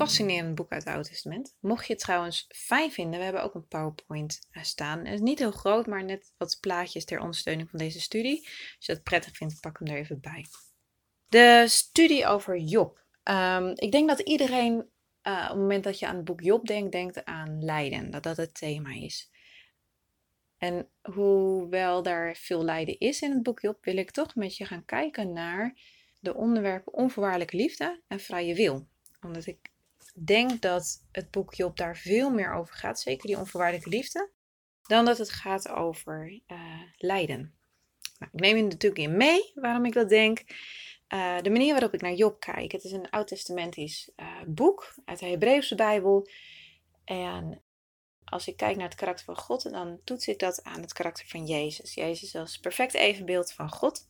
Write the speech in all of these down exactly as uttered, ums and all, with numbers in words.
fascinerend boek uit het Oude Testament. Mocht je het trouwens fijn vinden, we hebben ook een PowerPoint staan. Het is niet heel groot, maar net wat plaatjes ter ondersteuning van deze studie. Als je dat prettig vindt, pak hem er even bij. De studie over Job. Um, ik denk dat iedereen uh, op het moment dat je aan het boek Job denkt, denkt aan lijden. Dat dat het thema is. En hoewel daar veel lijden is in het boek Job, wil ik toch met je gaan kijken naar de onderwerpen onvoorwaardelijke liefde en vrije wil. Omdat ik denk dat het boek Job daar veel meer over gaat, zeker die onvoorwaardelijke liefde, dan dat het gaat over uh, lijden. Nou, ik neem je natuurlijk in mee waarom ik dat denk. Uh, de manier waarop ik naar Job kijk. Het is een oud-testamentisch uh, boek uit de Hebreeuwse Bijbel. En als ik kijk naar het karakter van God, dan toets ik dat aan het karakter van Jezus. Jezus als perfect evenbeeld van God.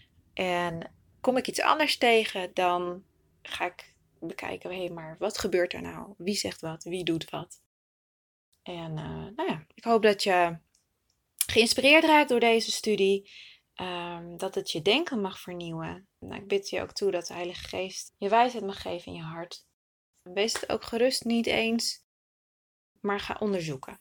En kom ik iets anders tegen, dan ga ik bekijken, hé, hey, maar wat gebeurt er nou? Wie zegt wat? Wie doet wat? En uh, nou ja, ik hoop dat je geïnspireerd raakt door deze studie. Um, dat het je denken mag vernieuwen. Nou, ik bid je ook toe dat de Heilige Geest je wijsheid mag geven in je hart. Wees het ook gerust niet eens, maar ga onderzoeken.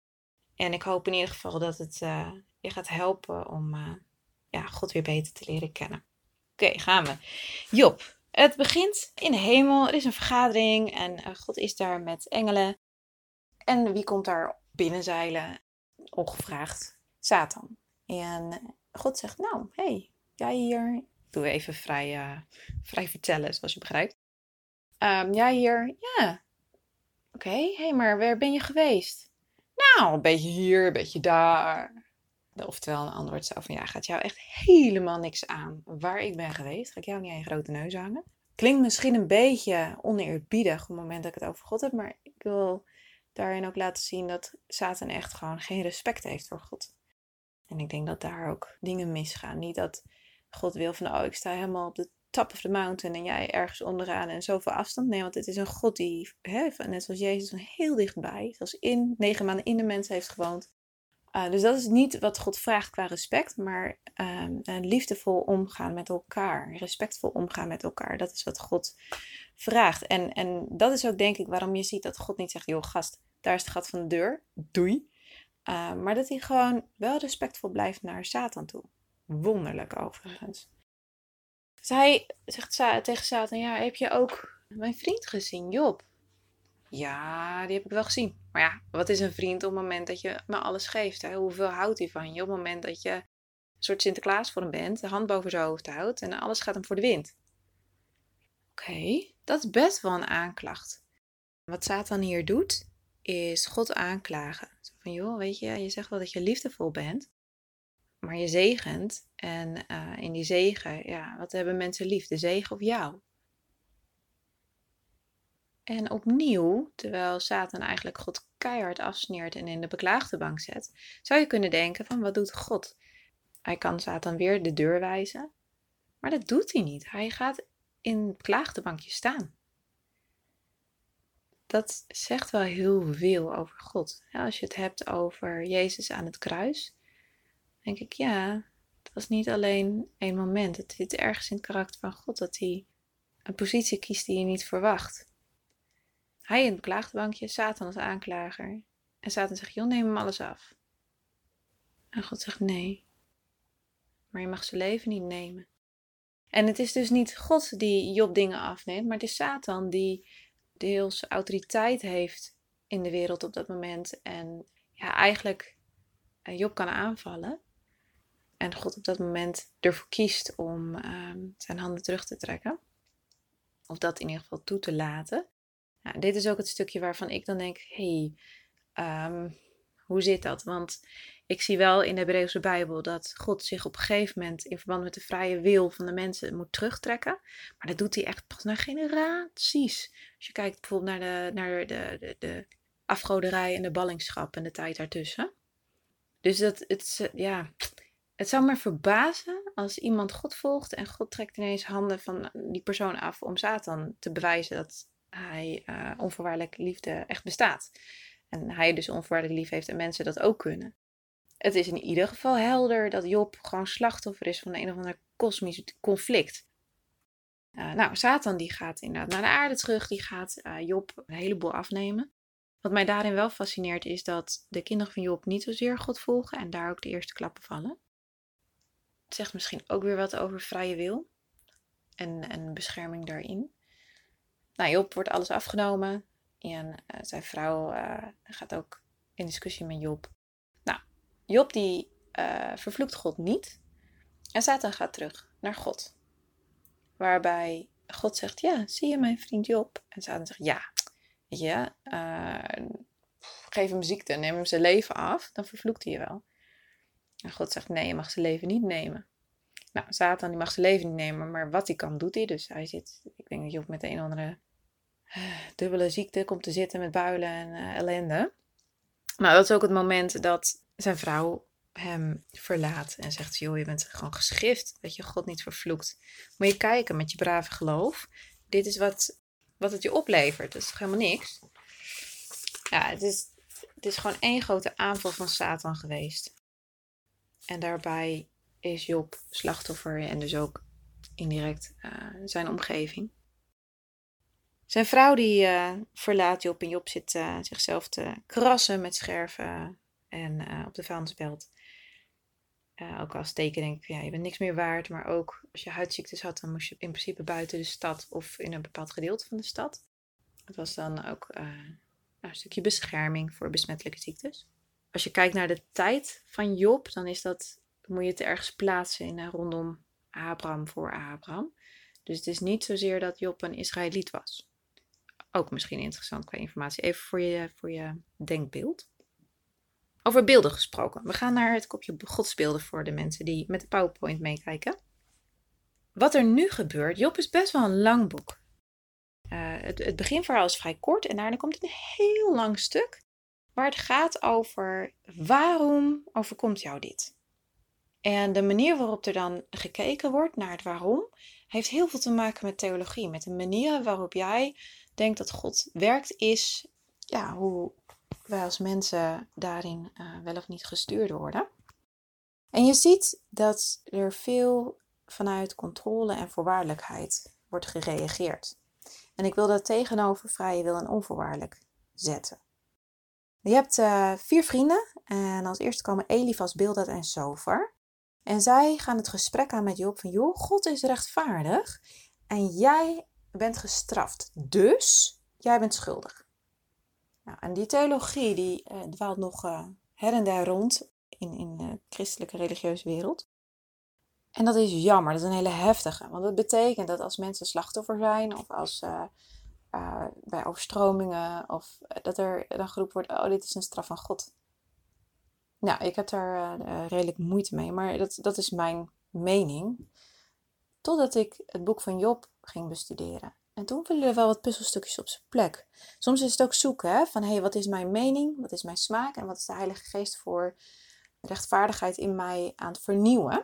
En ik hoop in ieder geval dat het uh, je gaat helpen om uh, ja, God weer beter te leren kennen. Oké, okay, gaan we. Job. Het begint in de hemel. Er is een vergadering en uh, God is daar met engelen. En wie komt daar binnenzeilen? Ongevraagd. Satan. En God zegt, nou, hé, hey, jij hier. Ik doe even vrij, uh, vrij vertellen, zoals je begrijpt. Um, jij hier, ja. Oké, okay, hé, hey, maar waar ben je geweest? Nou, een beetje hier, een beetje daar. Oftewel, een antwoord zo van, ja, gaat jou echt helemaal niks aan waar ik ben geweest. Ga ik jou niet aan je grote neus hangen? Klinkt misschien een beetje oneerbiedig op het moment dat ik het over God heb, maar ik wil daarin ook laten zien dat Satan echt gewoon geen respect heeft voor God. En ik denk dat daar ook dingen misgaan. Niet dat God wil van, oh, ik sta helemaal op de top of the mountain en jij ergens onderaan en zoveel afstand. Nee, want het is een God die, hè, net zoals Jezus, heel dichtbij, zoals in negen maanden in de mens heeft gewoond. Uh, dus dat is niet wat God vraagt qua respect, maar um, uh, liefdevol omgaan met elkaar. Respectvol omgaan met elkaar. Dat is wat God vraagt. En, en dat is ook denk ik waarom je ziet dat God niet zegt, joh gast, daar is het gat van de deur, doei. Uh, maar dat hij gewoon wel respectvol blijft naar Satan toe. Wonderlijk overigens. Dus hij zegt tegen Satan, ja, heb je ook mijn vriend gezien, Job? Ja, die heb ik wel gezien. Maar ja, wat is een vriend op het moment dat je me alles geeft? Hè? Hoeveel houdt hij van je? Op het moment dat je een soort Sinterklaas voor hem bent, de hand boven zijn hoofd houdt en alles gaat hem voor de wind. Oké, okay, dat is best wel een aanklacht. Wat Satan hier doet, is God aanklagen. Zo van, joh, weet je, je zegt wel dat je liefdevol bent, maar je zegent. En uh, in die zegen, ja, wat hebben mensen lief? De zegen of jou? En opnieuw, terwijl Satan eigenlijk God keihard afsneert en in de beklaagde bank zet, zou je kunnen denken van, wat doet God? Hij kan Satan weer de deur wijzen, maar dat doet hij niet. Hij gaat in het beklaagde bankje staan. Dat zegt wel heel veel over God. Ja, als je het hebt over Jezus aan het kruis, denk ik, ja, het was niet alleen één moment. Het zit ergens in het karakter van God dat hij een positie kiest die je niet verwacht. Hij in het beklaagde bankje, Satan als aanklager. En Satan zegt, joh, neem hem alles af. En God zegt, nee. Maar je mag zijn leven niet nemen. En het is dus niet God die Job dingen afneemt, maar het is Satan die deels autoriteit heeft in de wereld op dat moment. En ja, eigenlijk Job kan aanvallen. En God op dat moment ervoor kiest om um, zijn handen terug te trekken. Of dat in ieder geval toe te laten. Nou, dit is ook het stukje waarvan ik dan denk, hé, hey, um, hoe zit dat? Want ik zie wel in de Hebreeuwse Bijbel dat God zich op een gegeven moment in verband met de vrije wil van de mensen moet terugtrekken. Maar dat doet hij echt pas na generaties. Als je kijkt bijvoorbeeld naar de, naar de, de, de afgoderij en de ballingschap en de tijd daartussen. Dus dat, het, ja, het zou me verbazen als iemand God volgt en God trekt ineens handen van die persoon af om Satan te bewijzen dat hij uh, onvoorwaardelijke liefde echt bestaat. En hij dus onvoorwaardelijk lief heeft en mensen dat ook kunnen. Het is in ieder geval helder dat Job gewoon slachtoffer is van een of ander kosmisch conflict. Uh, nou, Satan die gaat inderdaad naar de aarde terug. Die gaat uh, Job een heleboel afnemen. Wat mij daarin wel fascineert is dat de kinderen van Job niet zozeer God volgen. En daar ook de eerste klappen vallen. Het zegt misschien ook weer wat over vrije wil. En, en bescherming daarin. Nou, Job wordt alles afgenomen. En uh, zijn vrouw uh, gaat ook in discussie met Job. Nou, Job die uh, vervloekt God niet. En Satan gaat terug naar God. Waarbij God zegt, ja, zie je mijn vriend Job? En Satan zegt, ja, weet je, uh, geef hem ziekte, neem hem zijn leven af, dan vervloekt hij je wel. En God zegt, nee, je mag zijn leven niet nemen. Nou, Satan die mag zijn leven niet nemen, maar wat hij kan, doet hij. Dus hij zit, ik denk dat Job met een of andere uh, dubbele ziekte komt te zitten met builen en uh, ellende. Nou, dat is ook het moment dat zijn vrouw hem verlaat en zegt, joh, je bent gewoon geschift dat je God niet vervloekt. Moet je kijken met je brave geloof. Dit is wat, wat het je oplevert. Dat is toch helemaal niks? Ja, het is, het is gewoon één grote aanval van Satan geweest. En daarbij is Job slachtoffer en dus ook indirect uh, zijn omgeving. Zijn vrouw die uh, verlaat Job en Job zit uh, zichzelf te krassen met scherven en uh, op de vuilnisbelt. Uh, ook als teken denk ik, ja, je bent niks meer waard. Maar ook als je huidziektes had, dan moest je in principe buiten de stad of in een bepaald gedeelte van de stad. Het was dan ook uh, nou, een stukje bescherming voor besmettelijke ziektes. Als je kijkt naar de tijd van Job, dan is dat, moet je het ergens plaatsen in, uh, rondom Abraham voor Abraham. Dus het is niet zozeer dat Job een Israëliet was. Ook misschien interessant qua informatie. Even voor je, voor je denkbeeld. Over beelden gesproken. We gaan naar het kopje godsbeelden voor de mensen die met de PowerPoint meekijken. Wat er nu gebeurt. Job is best wel een lang boek. Uh, het, het beginverhaal is vrij kort en daarna komt een heel lang stuk. Waar het gaat over waarom overkomt jou dit? En de manier waarop er dan gekeken wordt naar het waarom. Heeft heel veel te maken met theologie. Met de manier waarop jij denkt dat God werkt is. Ja, hoe wij als mensen daarin uh, wel of niet gestuurd worden. En je ziet dat er veel vanuit controle en voorwaardelijkheid wordt gereageerd. En ik wil dat tegenover vrije wil en onvoorwaardelijk zetten. Je hebt uh, vier vrienden en als eerste komen Elifas, Bildad en Zophar. En zij gaan het gesprek aan met Job van, joh, God is rechtvaardig en jij bent gestraft. Dus jij bent schuldig. Nou, en die theologie die uh, dwaalt nog uh, her en der rond in, in de christelijke religieuze wereld. En dat is jammer, dat is een hele heftige. Want dat betekent dat als mensen slachtoffer zijn of als uh, uh, bij overstromingen of uh, dat er dan geroepen wordt, oh, dit is een straf van God. Nou, ik heb daar uh, redelijk moeite mee, maar dat, dat is mijn mening. Totdat ik het boek van Job ging bestuderen. En toen vielen er wel wat puzzelstukjes op zijn plek. Soms is het ook zoeken, hè, van hé, hey, wat is mijn mening, wat is mijn smaak en wat is de Heilige Geest voor rechtvaardigheid in mij aan het vernieuwen.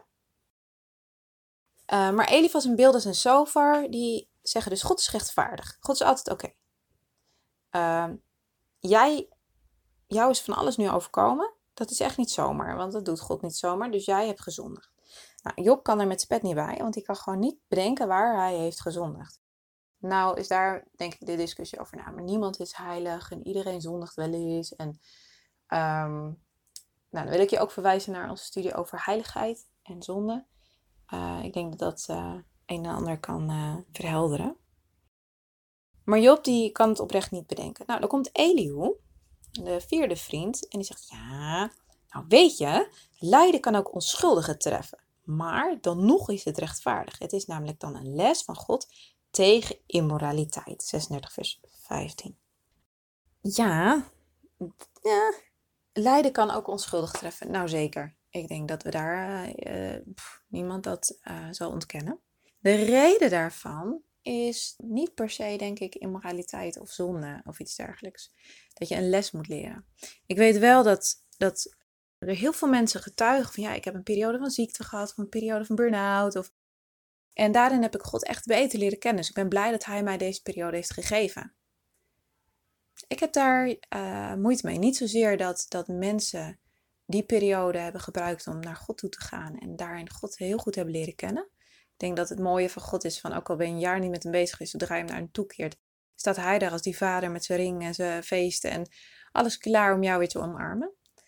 Uh, maar Elifas en Bildad en Zophar, die zeggen dus God is rechtvaardig. God is altijd oké. Okay. Uh, jij, jou is van alles nu overkomen. Dat is echt niet zomaar, want dat doet God niet zomaar. Dus jij hebt gezondigd. Nou, Job kan er met zijn pet niet bij, want hij kan gewoon niet bedenken waar hij heeft gezondigd. Nou is daar denk ik de discussie over. Nou, maar niemand is heilig en iedereen zondigt wel eens. En um, nou, dan wil ik je ook verwijzen naar onze studie over heiligheid en zonde. Uh, ik denk dat dat uh, een en ander kan uh, verhelderen. Maar Job die kan het oprecht niet bedenken. Nou, dan komt Elihu, de vierde vriend, en die zegt, ja, nou weet je, lijden kan ook onschuldigen treffen. Maar dan nog is het rechtvaardig. Het is namelijk dan een les van God tegen immoraliteit. zesendertig vers vijftien. Ja, ja, lijden kan ook onschuldig treffen. Nou zeker. Ik denk dat we daar uh, pff, niemand dat uh, zal ontkennen. De reden daarvan is niet per se, denk ik, immoraliteit of zonde of iets dergelijks. Dat je een les moet leren. Ik weet wel dat, dat er heel veel mensen getuigen van, ja, ik heb een periode van ziekte gehad, of een periode van burn-out. Of... En daarin heb ik God echt beter leren kennen. Dus ik ben blij dat hij mij deze periode heeft gegeven. Ik heb daar uh, moeite mee. Niet zozeer dat, dat mensen die periode hebben gebruikt om naar God toe te gaan en daarin God heel goed hebben leren kennen. Ik denk dat het mooie van God is van ook al ben je een jaar niet met hem bezig is, zodra je hem naar hem toekeert, staat hij daar als die vader met zijn ring en zijn feesten en alles klaar om jou weer te omarmen.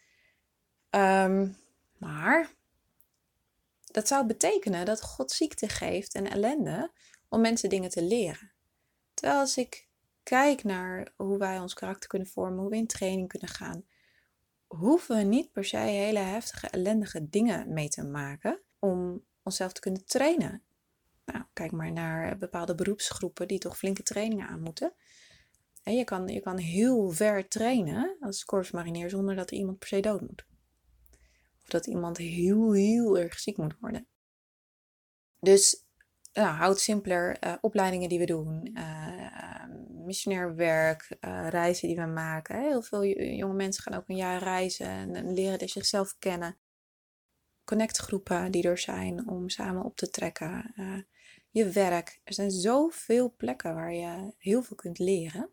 Um, maar dat zou betekenen dat God ziekte geeft en ellende om mensen dingen te leren. Terwijl als ik kijk naar hoe wij ons karakter kunnen vormen, hoe we in training kunnen gaan, hoeven we niet per se hele heftige, ellendige dingen mee te maken om onszelf te kunnen trainen. Nou, kijk maar naar bepaalde beroepsgroepen die toch flinke trainingen aan moeten. En je kan, je kan heel ver trainen als korpsmarinier zonder dat er iemand per se dood moet. Of dat iemand heel, heel erg ziek moet worden. Dus nou, houd simpeler. Uh, opleidingen die we doen. Uh, missionair werk. Uh, reizen die we maken. Heel veel jonge mensen gaan ook een jaar reizen. En leren dus zichzelf kennen. Connectgroepen die er zijn om samen op te trekken. Uh, je werk. Er zijn zoveel plekken waar je heel veel kunt leren.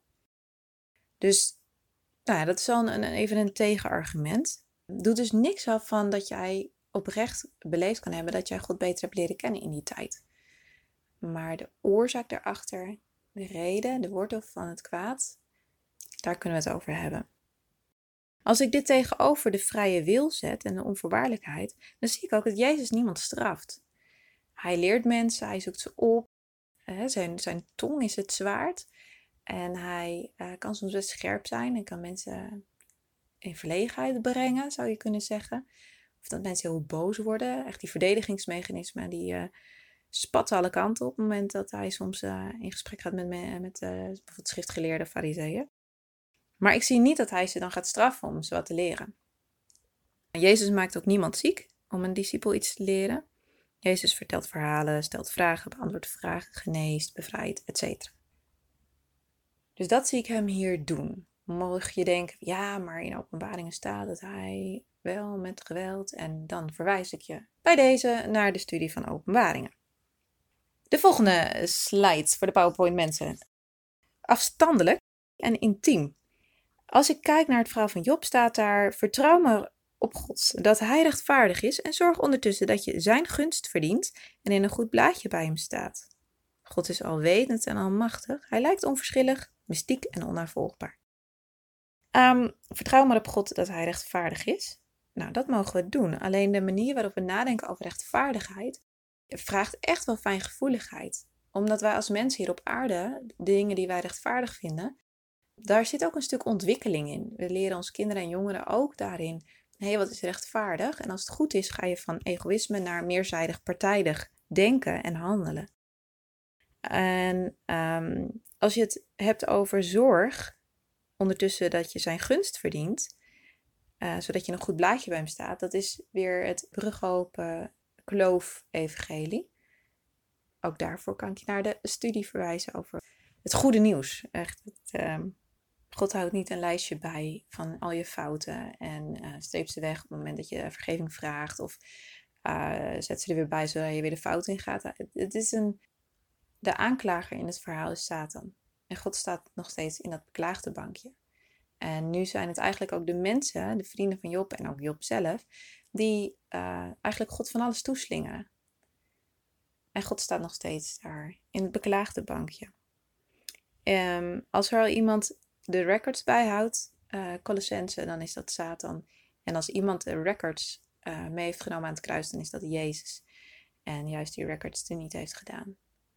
Dus nou ja, dat is dan een, even een tegenargument. Doe dus niks af van dat jij oprecht beleefd kan hebben dat jij God beter hebt leren kennen in die tijd. Maar de oorzaak daarachter, de reden, de wortel van het kwaad, daar kunnen we het over hebben. Als ik dit tegenover de vrije wil zet en de onvoorwaardelijkheid, dan zie ik ook dat Jezus niemand straft. Hij leert mensen, hij zoekt ze op. Zijn, zijn tong is het zwaard. En hij uh, kan soms best scherp zijn en kan mensen in verlegenheid brengen, zou je kunnen zeggen. Of dat mensen heel boos worden. Echt die verdedigingsmechanismen, die uh, spatten alle kanten op het moment dat hij soms uh, in gesprek gaat met, me, met uh, bijvoorbeeld schriftgeleerde farizeeën. Maar ik zie niet dat hij ze dan gaat straffen om ze wat te leren. Jezus maakt ook niemand ziek om een discipel iets te leren. Jezus vertelt verhalen, stelt vragen, beantwoordt vragen, geneest, bevrijdt, et cetera. Dus dat zie ik hem hier doen. Mocht je denken, ja, maar in Openbaringen staat dat hij wel met geweld. En dan verwijs ik je bij deze naar de studie van Openbaringen. De volgende slide voor de PowerPoint mensen. Afstandelijk en intiem. Als ik kijk naar het verhaal van Job staat daar, vertrouw maar op God dat hij rechtvaardig is en zorg ondertussen dat je zijn gunst verdient en in een goed blaadje bij hem staat. God is alwetend en almachtig. Hij lijkt onverschillig, mystiek en onnavolgbaar. Um, vertrouw maar op God dat hij rechtvaardig is. Nou, dat mogen we doen. Alleen de manier waarop we nadenken over rechtvaardigheid vraagt echt wel fijngevoeligheid. Omdat wij als mensen hier op aarde, de dingen die wij rechtvaardig vinden, daar zit ook een stuk ontwikkeling in. We leren onze kinderen en jongeren ook daarin. Hé, hey, wat is rechtvaardig? En als het goed is, ga je van egoïsme naar meerzijdig partijdig denken en handelen. En um, als je het hebt over zorg, ondertussen dat je zijn gunst verdient, uh, zodat je een goed blaadje bij hem staat, dat is weer het brugopen kloof-evangelie. Ook daarvoor kan ik je naar de studie verwijzen over het goede nieuws. Echt, het, um, God houdt niet een lijstje bij van al je fouten en uh, streept ze weg op het moment dat je vergeving vraagt of uh, zet ze er weer bij zodat je weer de fout in gaat. Het, het is een, de aanklager in het verhaal is Satan. En God staat nog steeds in dat beklaagde bankje. En nu zijn het eigenlijk ook de mensen, de vrienden van Job en ook Job zelf, die uh, eigenlijk God van alles toeslingeren. En God staat nog steeds daar in het beklaagde bankje. Um, als er al iemand de records bijhoudt, uh, Colossense, dan is dat Satan. En als iemand de records uh, mee heeft genomen aan het kruis, dan is dat Jezus. En juist die records er niet heeft gedaan.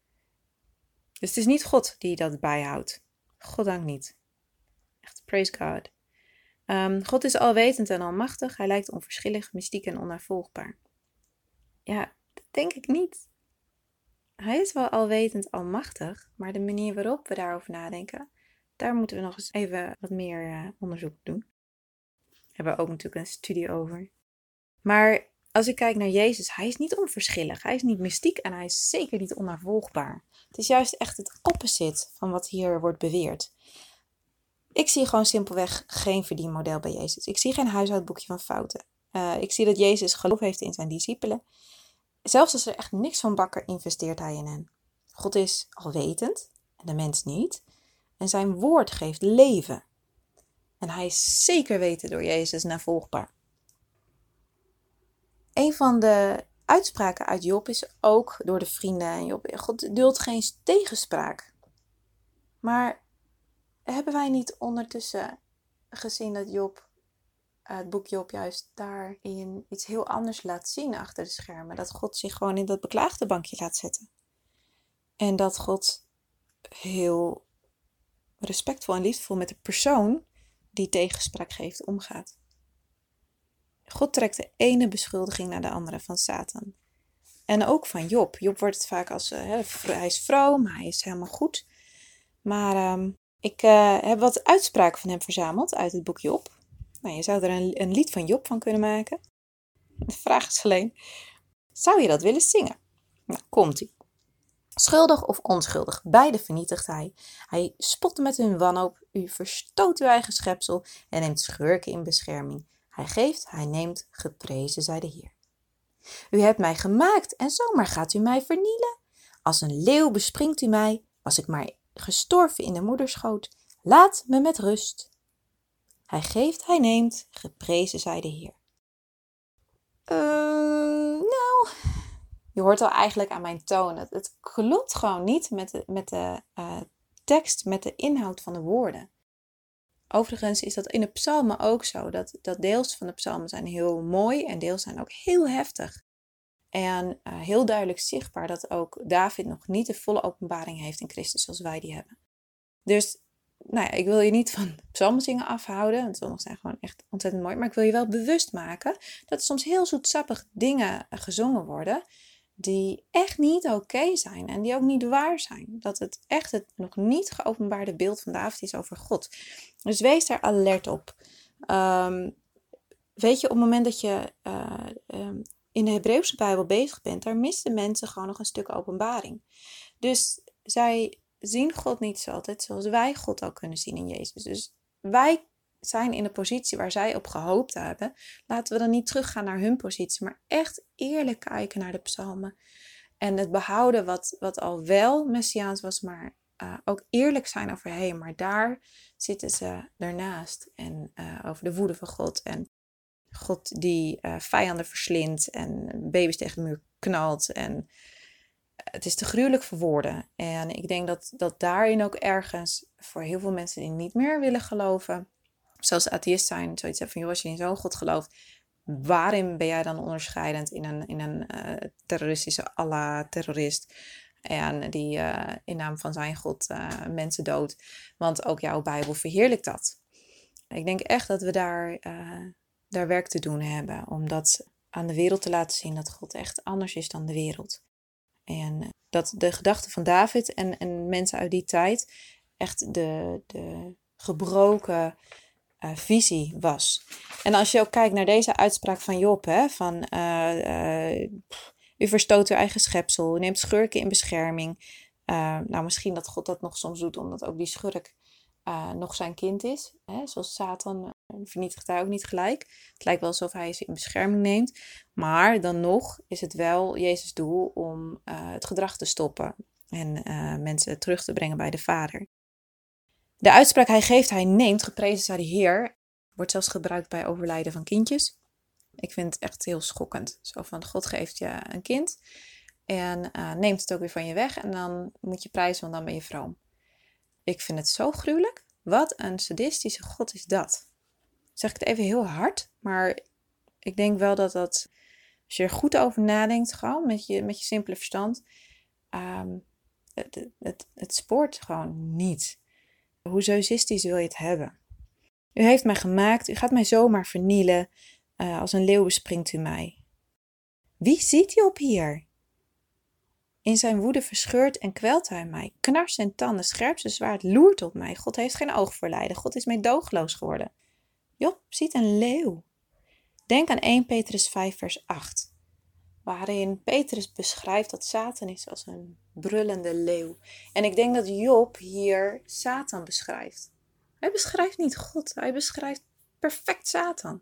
Dus het is niet God die dat bijhoudt. Goddank niet. Echt, praise God. Um, God is alwetend en almachtig. Hij lijkt onverschillig, mystiek en onnavolgbaar. Ja, dat denk ik niet. Hij is wel alwetend almachtig, maar de manier waarop we daarover nadenken, daar moeten we nog eens even wat meer uh, onderzoek doen. Daar hebben we ook natuurlijk een studie over. Maar als ik kijk naar Jezus, hij is niet onverschillig, hij is niet mystiek en hij is zeker niet onnavolgbaar. Het is juist echt het opposite van wat hier wordt beweerd. Ik zie gewoon simpelweg geen verdienmodel bij Jezus. Ik zie geen huishoudboekje van fouten. Uh, ik zie dat Jezus geloof heeft in zijn discipelen. Zelfs als er echt niks van bakker, investeert hij in hen. God is alwetend en de mens niet. En zijn woord geeft leven. En hij is zeker weten door Jezus navolgbaar. Een van de uitspraken uit Job is ook door de vrienden en Job. God duldt geen tegenspraak. Maar hebben wij niet ondertussen gezien dat Job, het boek Job juist daarin iets heel anders laat zien achter de schermen? Dat God zich gewoon in dat beklaagde bankje laat zetten. En dat God heel respectvol en liefdevol met de persoon die tegenspraak geeft omgaat. God trekt de ene beschuldiging naar de andere van Satan. En ook van Job. Job wordt het vaak als, uh, hij is vroom, hij is helemaal goed. Maar um, ik uh, heb wat uitspraken van hem verzameld uit het boek Job. Nou, je zou er een, een lied van Job van kunnen maken. De vraag is alleen, zou je dat willen zingen? Nou, komt-ie. Schuldig of onschuldig, beide vernietigt hij. Hij spot met hun wanhoop, u verstoot uw eigen schepsel en neemt schurken in bescherming. Hij geeft, hij neemt, geprezen zij de Heer. U hebt mij gemaakt en zomaar gaat u mij vernielen. Als een leeuw bespringt u mij, was ik maar gestorven in de moederschoot. Laat me met rust. Hij geeft, hij neemt, geprezen zij de Heer. Uh, nou, je hoort al eigenlijk aan mijn toon. Het, het klopt gewoon niet met de, met de uh, tekst, met de inhoud van de woorden. Overigens is dat in de psalmen ook zo. Dat, dat deels van de psalmen zijn heel mooi en deels zijn ook heel heftig. En uh, heel duidelijk zichtbaar dat ook David nog niet de volle openbaring heeft in Christus zoals wij die hebben. Dus nou ja, ik wil je niet van psalmen zingen afhouden, want sommigen zijn gewoon echt ontzettend mooi. Maar ik wil je wel bewust maken dat er soms heel zoetsappig dingen gezongen worden die echt niet oké okay zijn en die ook niet waar zijn. Dat het echt het nog niet geopenbaarde beeld van David is over God. Dus wees daar alert op. Um, weet je, op het moment dat je uh, um, in de Hebreeuwse Bijbel bezig bent, daar missen mensen gewoon nog een stuk openbaring. Dus zij zien God niet zo altijd zoals wij God ook kunnen zien in Jezus. Dus wij zijn in de positie waar zij op gehoopt hebben. Laten we dan niet teruggaan naar hun positie, maar echt eerlijk kijken naar de psalmen. En het behouden wat, wat al wel messiaans was, maar uh, ook eerlijk zijn over, hé, maar daar zitten ze ernaast. En uh, over de woede van God en God die uh, vijanden verslindt en baby's tegen de muur knalt. En het is te gruwelijk voor woorden. En ik denk dat, dat daarin ook ergens voor heel veel mensen die niet meer willen geloven, zelfs atheïst zijn, zoiets hebben van, joh, als je in zo'n God gelooft, waarin ben jij dan onderscheidend in een, in een uh, terroristische Allah-terrorist en die uh, in naam van zijn God uh, mensen doodt? Want ook jouw Bijbel verheerlijkt dat. Ik denk echt dat we daar, uh, daar werk te doen hebben, om dat aan de wereld te laten zien dat God echt anders is dan de wereld. En dat de gedachten van David en, en mensen uit die tijd echt de, de gebroken uh, visie was. En als je ook kijkt naar deze uitspraak van Job, hè, van uh, uh, u verstoot uw eigen schepsel, u neemt schurken in bescherming. Uh, nou, misschien dat God dat nog soms doet, omdat ook die schurk uh, nog zijn kind is. Hè, zoals Satan uh, vernietigt hij ook niet gelijk. Het lijkt wel alsof hij ze in bescherming neemt. Maar dan nog is het wel Jezus' doel om uh, het gedrag te stoppen en uh, mensen terug te brengen bij de Vader. De uitspraak hij geeft, hij neemt, geprezen zij de Heer, wordt zelfs gebruikt bij overlijden van kindjes. Ik vind het echt heel schokkend. Zo van, God geeft je een kind en uh, neemt het ook weer van je weg en dan moet je prijzen, want dan ben je vroom. Ik vind het zo gruwelijk. Wat een sadistische God is dat. Zeg ik het even heel hard, maar ik denk wel dat dat, als je er goed over nadenkt, gewoon met je, met je simpele verstand, um, het, het, het, het spoort gewoon niet. Hoe sadistisch wil je het hebben? U heeft mij gemaakt, u gaat mij zomaar vernielen, uh, als een leeuw bespringt u mij. Wie ziet u op hier? In zijn woede verscheurt en kwelt hij mij. Knars en tanden, scherpste zwaard loert op mij. God heeft geen oog voor lijden. God is meedogenloos geworden. Job ziet een leeuw. Denk aan eerste Petrus vijf vers acht. Waarin Petrus beschrijft dat Satan is als een brullende leeuw. En ik denk dat Job hier Satan beschrijft. Hij beschrijft niet God. Hij beschrijft perfect Satan.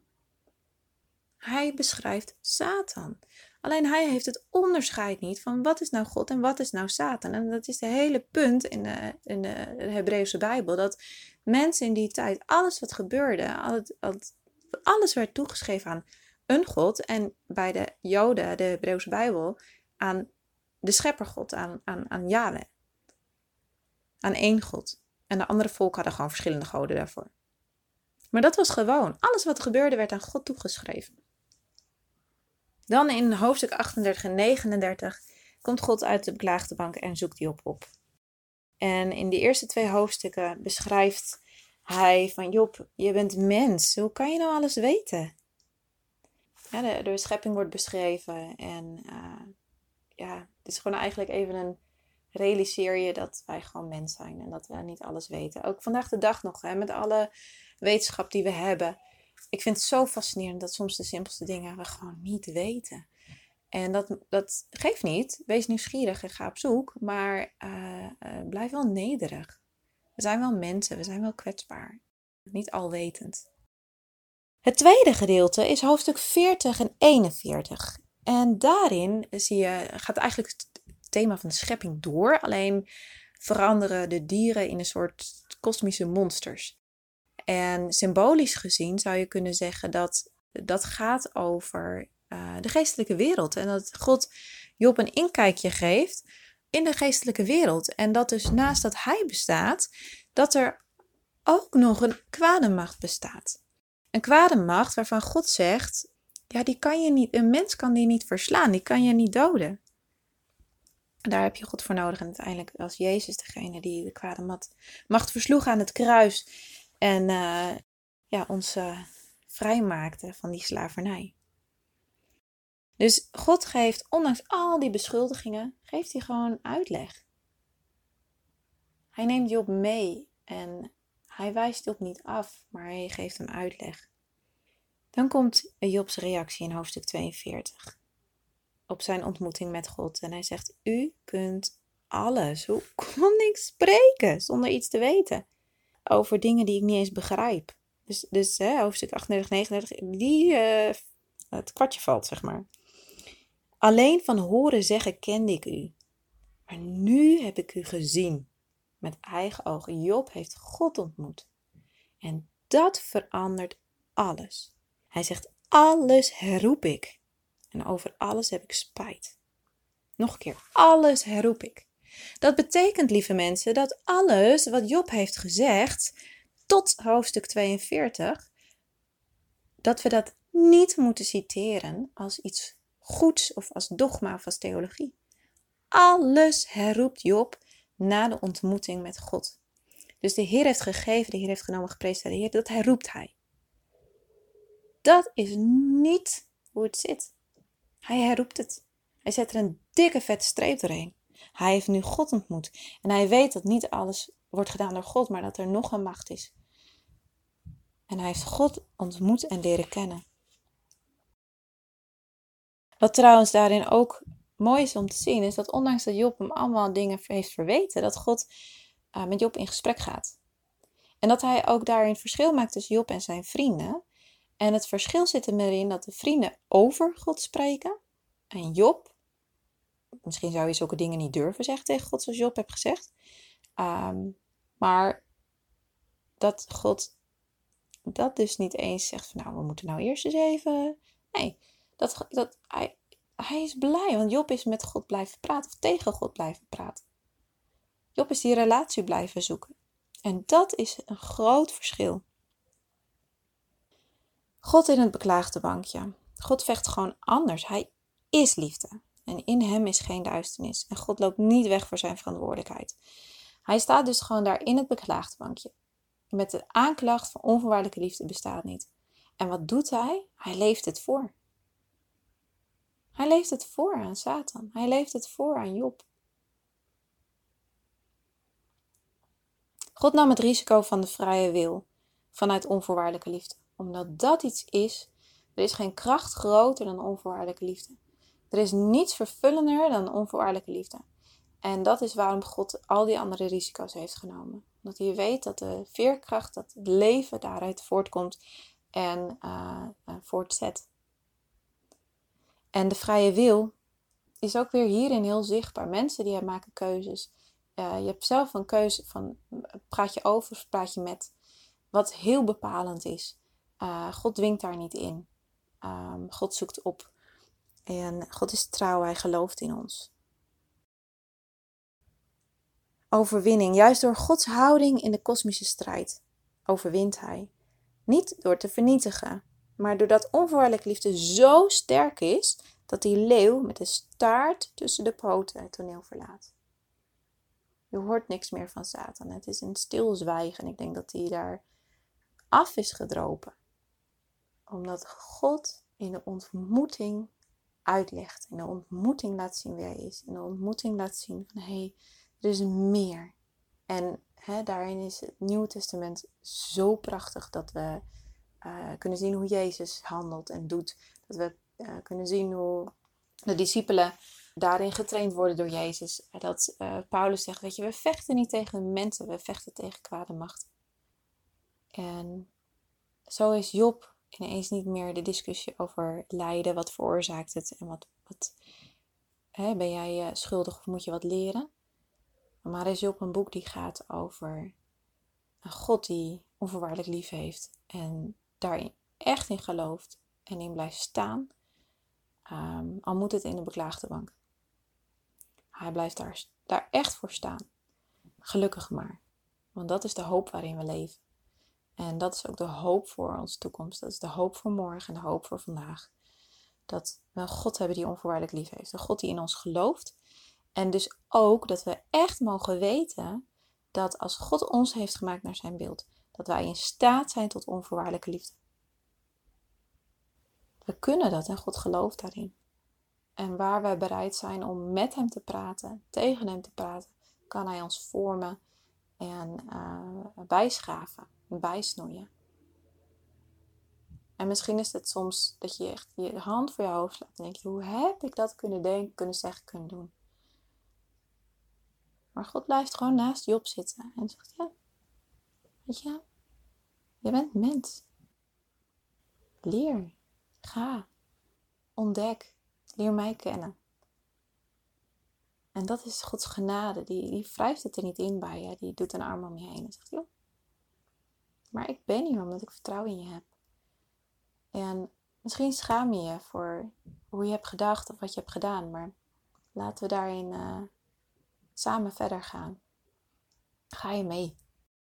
Hij beschrijft Satan. Alleen hij heeft het onderscheid niet van wat is nou God en wat is nou Satan. En dat is de hele punt in de, in de Hebreeuwse Bijbel. Dat mensen in die tijd, alles wat gebeurde, alles werd toegeschreven aan een God en bij de Joden, de Hebreeuwse Bijbel, aan de scheppergod, aan, aan, aan Yahweh. Aan één God. En de andere volken hadden gewoon verschillende goden daarvoor. Maar dat was gewoon. Alles wat gebeurde werd aan God toegeschreven. Dan in hoofdstuk achtendertig en negenendertig komt God uit de beklaagde bank en zoekt Job op. En in de eerste twee hoofdstukken beschrijft hij van Job, je bent mens. Hoe kan je nou alles weten? Ja, de, de schepping wordt beschreven en uh, ja, het is gewoon eigenlijk even een realiseer je dat wij gewoon mens zijn en dat we niet alles weten. Ook vandaag de dag nog, hè, met alle wetenschap die we hebben. Ik vind het zo fascinerend dat soms de simpelste dingen we gewoon niet weten. En dat, dat geeft niet. Wees nieuwsgierig en ga op zoek, maar uh, uh, blijf wel nederig. We zijn wel mensen, we zijn wel kwetsbaar. Niet alwetend. Het tweede gedeelte is hoofdstuk veertig en eenenveertig. En daarin zie je, gaat eigenlijk het thema van de schepping door. Alleen veranderen de dieren in een soort kosmische monsters. En symbolisch gezien zou je kunnen zeggen dat dat gaat over uh, de geestelijke wereld. En dat God Job een inkijkje geeft in de geestelijke wereld. En dat dus naast dat hij bestaat, dat er ook nog een kwade macht bestaat. Een kwade macht waarvan God zegt, ja, die kan je niet, een mens kan die niet verslaan, die kan je niet doden. En daar heb je God voor nodig. En uiteindelijk was Jezus degene die de kwade macht, macht versloeg aan het kruis. En uh, ja, ons uh, vrijmaakte van die slavernij. Dus God geeft, ondanks al die beschuldigingen, geeft hij gewoon uitleg. Hij neemt Job mee en hij wijst Job niet af, maar hij geeft hem uitleg. Dan komt Jobs reactie in hoofdstuk tweeënveertig. Op zijn ontmoeting met God. En hij zegt, u kunt alles. Hoe kon ik spreken zonder iets te weten? Over dingen die ik niet eens begrijp. Dus, dus hè, hoofdstuk achtendertig, negenendertig, die, uh, het kwartje valt, zeg maar. Alleen van horen zeggen kende ik u. Maar nu heb ik u gezien. Met eigen ogen. Job heeft God ontmoet. En dat verandert alles. Hij zegt, alles herroep ik. En over alles heb ik spijt. Nog een keer, alles herroep ik. Dat betekent, lieve mensen, dat alles wat Job heeft gezegd tot hoofdstuk tweeënveertig, dat we dat niet moeten citeren als iets goeds of als dogma of als theologie. Alles herroept Job na de ontmoeting met God. Dus de Heer heeft gegeven, de Heer heeft genomen, geprezen de Heer, dat herroept hij. Dat is niet hoe het zit. Hij herroept het. Hij zet er een dikke vette streep doorheen. Hij heeft nu God ontmoet. En hij weet dat niet alles wordt gedaan door God, maar dat er nog een macht is. En hij heeft God ontmoet en leren kennen. Wat trouwens daarin ook mooi is om te zien, is dat ondanks dat Job hem allemaal dingen heeft verweten, dat God uh, met Job in gesprek gaat. En dat hij ook daarin verschil maakt tussen Job en zijn vrienden. En het verschil zit er erin dat de vrienden over God spreken. En Job, misschien zou je zulke dingen niet durven zeggen tegen God zoals Job heeft gezegd. Um, maar dat God dat dus niet eens zegt van nou, we moeten nou eerst eens even. Nee, dat, dat, hij, hij is blij, want Job is met God blijven praten of tegen God blijven praten. Job is die relatie blijven zoeken. En dat is een groot verschil. God in het beklaagde bankje. God vecht gewoon anders. Hij is liefde. En in hem is geen duisternis. En God loopt niet weg voor zijn verantwoordelijkheid. Hij staat dus gewoon daar in het beklaagde bankje. Met de aanklacht van onvoorwaardelijke liefde bestaat niet. En wat doet hij? Hij leeft het voor. Hij leeft het voor aan Satan. Hij leeft het voor aan Job. God nam het risico van de vrije wil vanuit onvoorwaardelijke liefde. Omdat dat iets is, er is geen kracht groter dan onvoorwaardelijke liefde. Er is niets vervullender dan onvoorwaardelijke liefde. En dat is waarom God al die andere risico's heeft genomen. Omdat hij weet dat de veerkracht, dat het leven daaruit voortkomt en uh, uh, voortzet. En de vrije wil is ook weer hierin heel zichtbaar. Mensen die maken keuzes. Uh, je hebt zelf een keuze van praat je over of praat je met. Wat heel bepalend is. Uh, God dwingt daar niet in. Um, God zoekt op. En God is trouw, hij gelooft in ons. Overwinning. Juist door Gods houding in de kosmische strijd overwint hij. Niet door te vernietigen, maar doordat onvoorwaardelijke liefde zo sterk is dat die leeuw met de staart tussen de poten het toneel verlaat. Je hoort niks meer van Satan. Het is een stilzwijgen. Ik denk dat hij daar af is gedropen. Omdat God in de ontmoeting uitlegt. In de ontmoeting laat zien wie hij is. In de ontmoeting laat zien van hé, hey, er is meer. En hè, daarin is het Nieuwe Testament zo prachtig dat we uh, kunnen zien hoe Jezus handelt en doet. Dat we uh, kunnen zien hoe de discipelen daarin getraind worden door Jezus. Dat uh, Paulus zegt, weet je, we vechten niet tegen mensen, we vechten tegen kwade machten. En zo is Job ineens niet meer de discussie over lijden, wat veroorzaakt het en wat, wat hè, ben jij uh, schuldig of moet je wat leren? Maar er is Job een boek die gaat over een God die onvoorwaardelijk lief heeft en daarin echt in gelooft en in blijft staan, um, al moet het in de beklaagde bank. Hij blijft daar, daar echt voor staan. Gelukkig maar. Want dat is de hoop waarin we leven. En dat is ook de hoop voor onze toekomst. Dat is de hoop voor morgen en de hoop voor vandaag. Dat we een God hebben die onvoorwaardelijk lief heeft. Een God die in ons gelooft. En dus ook dat we echt mogen weten dat als God ons heeft gemaakt naar zijn beeld, dat wij in staat zijn tot onvoorwaardelijke liefde. We kunnen dat en God gelooft daarin. En waar wij bereid zijn om met hem te praten, tegen hem te praten, kan hij ons vormen en uh, bijschaven, bijsnoeien. En misschien is het soms dat je echt je hand voor je hoofd slaat en denk je, hoe heb ik dat kunnen denken, kunnen zeggen, kunnen doen? Maar God blijft gewoon naast Job zitten en zegt, ja, weet je, je bent mens. Leer, ga, ontdek, leer mij kennen. En dat is Gods genade, die, die wrijft het er niet in bij je, die doet een arm om je heen en zegt, joh, maar ik ben hier omdat ik vertrouwen in je heb. En misschien schaam je je voor hoe je hebt gedacht of wat je hebt gedaan, maar laten we daarin uh, samen verder gaan. Ga je mee.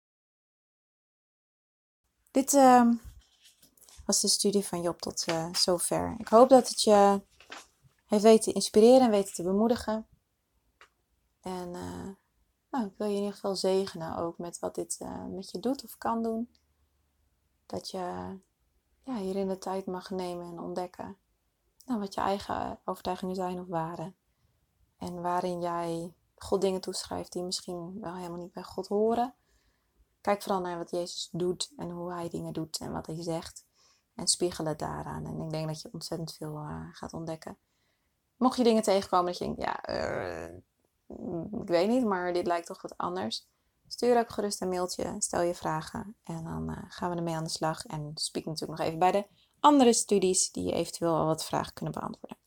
Dit uh, was de studie van Job tot uh, zover. Ik hoop dat het je heeft weten te inspireren en weten te bemoedigen. En uh, nou, ik wil je in ieder geval zegenen ook met wat dit uh, met je doet of kan doen. Dat je ja, hierin de tijd mag nemen en ontdekken nou, wat je eigen overtuigingen zijn of waren. En waarin jij God dingen toeschrijft die misschien wel helemaal niet bij God horen. Kijk vooral naar wat Jezus doet en hoe hij dingen doet en wat hij zegt. En spiegel het daaraan. En ik denk dat je ontzettend veel uh, gaat ontdekken. Mocht je dingen tegenkomen dat je denkt, ja, uh, ik weet niet, maar dit lijkt toch wat anders. Stuur ook gerust een mailtje, stel je vragen en dan uh, gaan we ermee aan de slag. En spiek natuurlijk nog even bij de andere studies die je eventueel al wat vragen kunnen beantwoorden.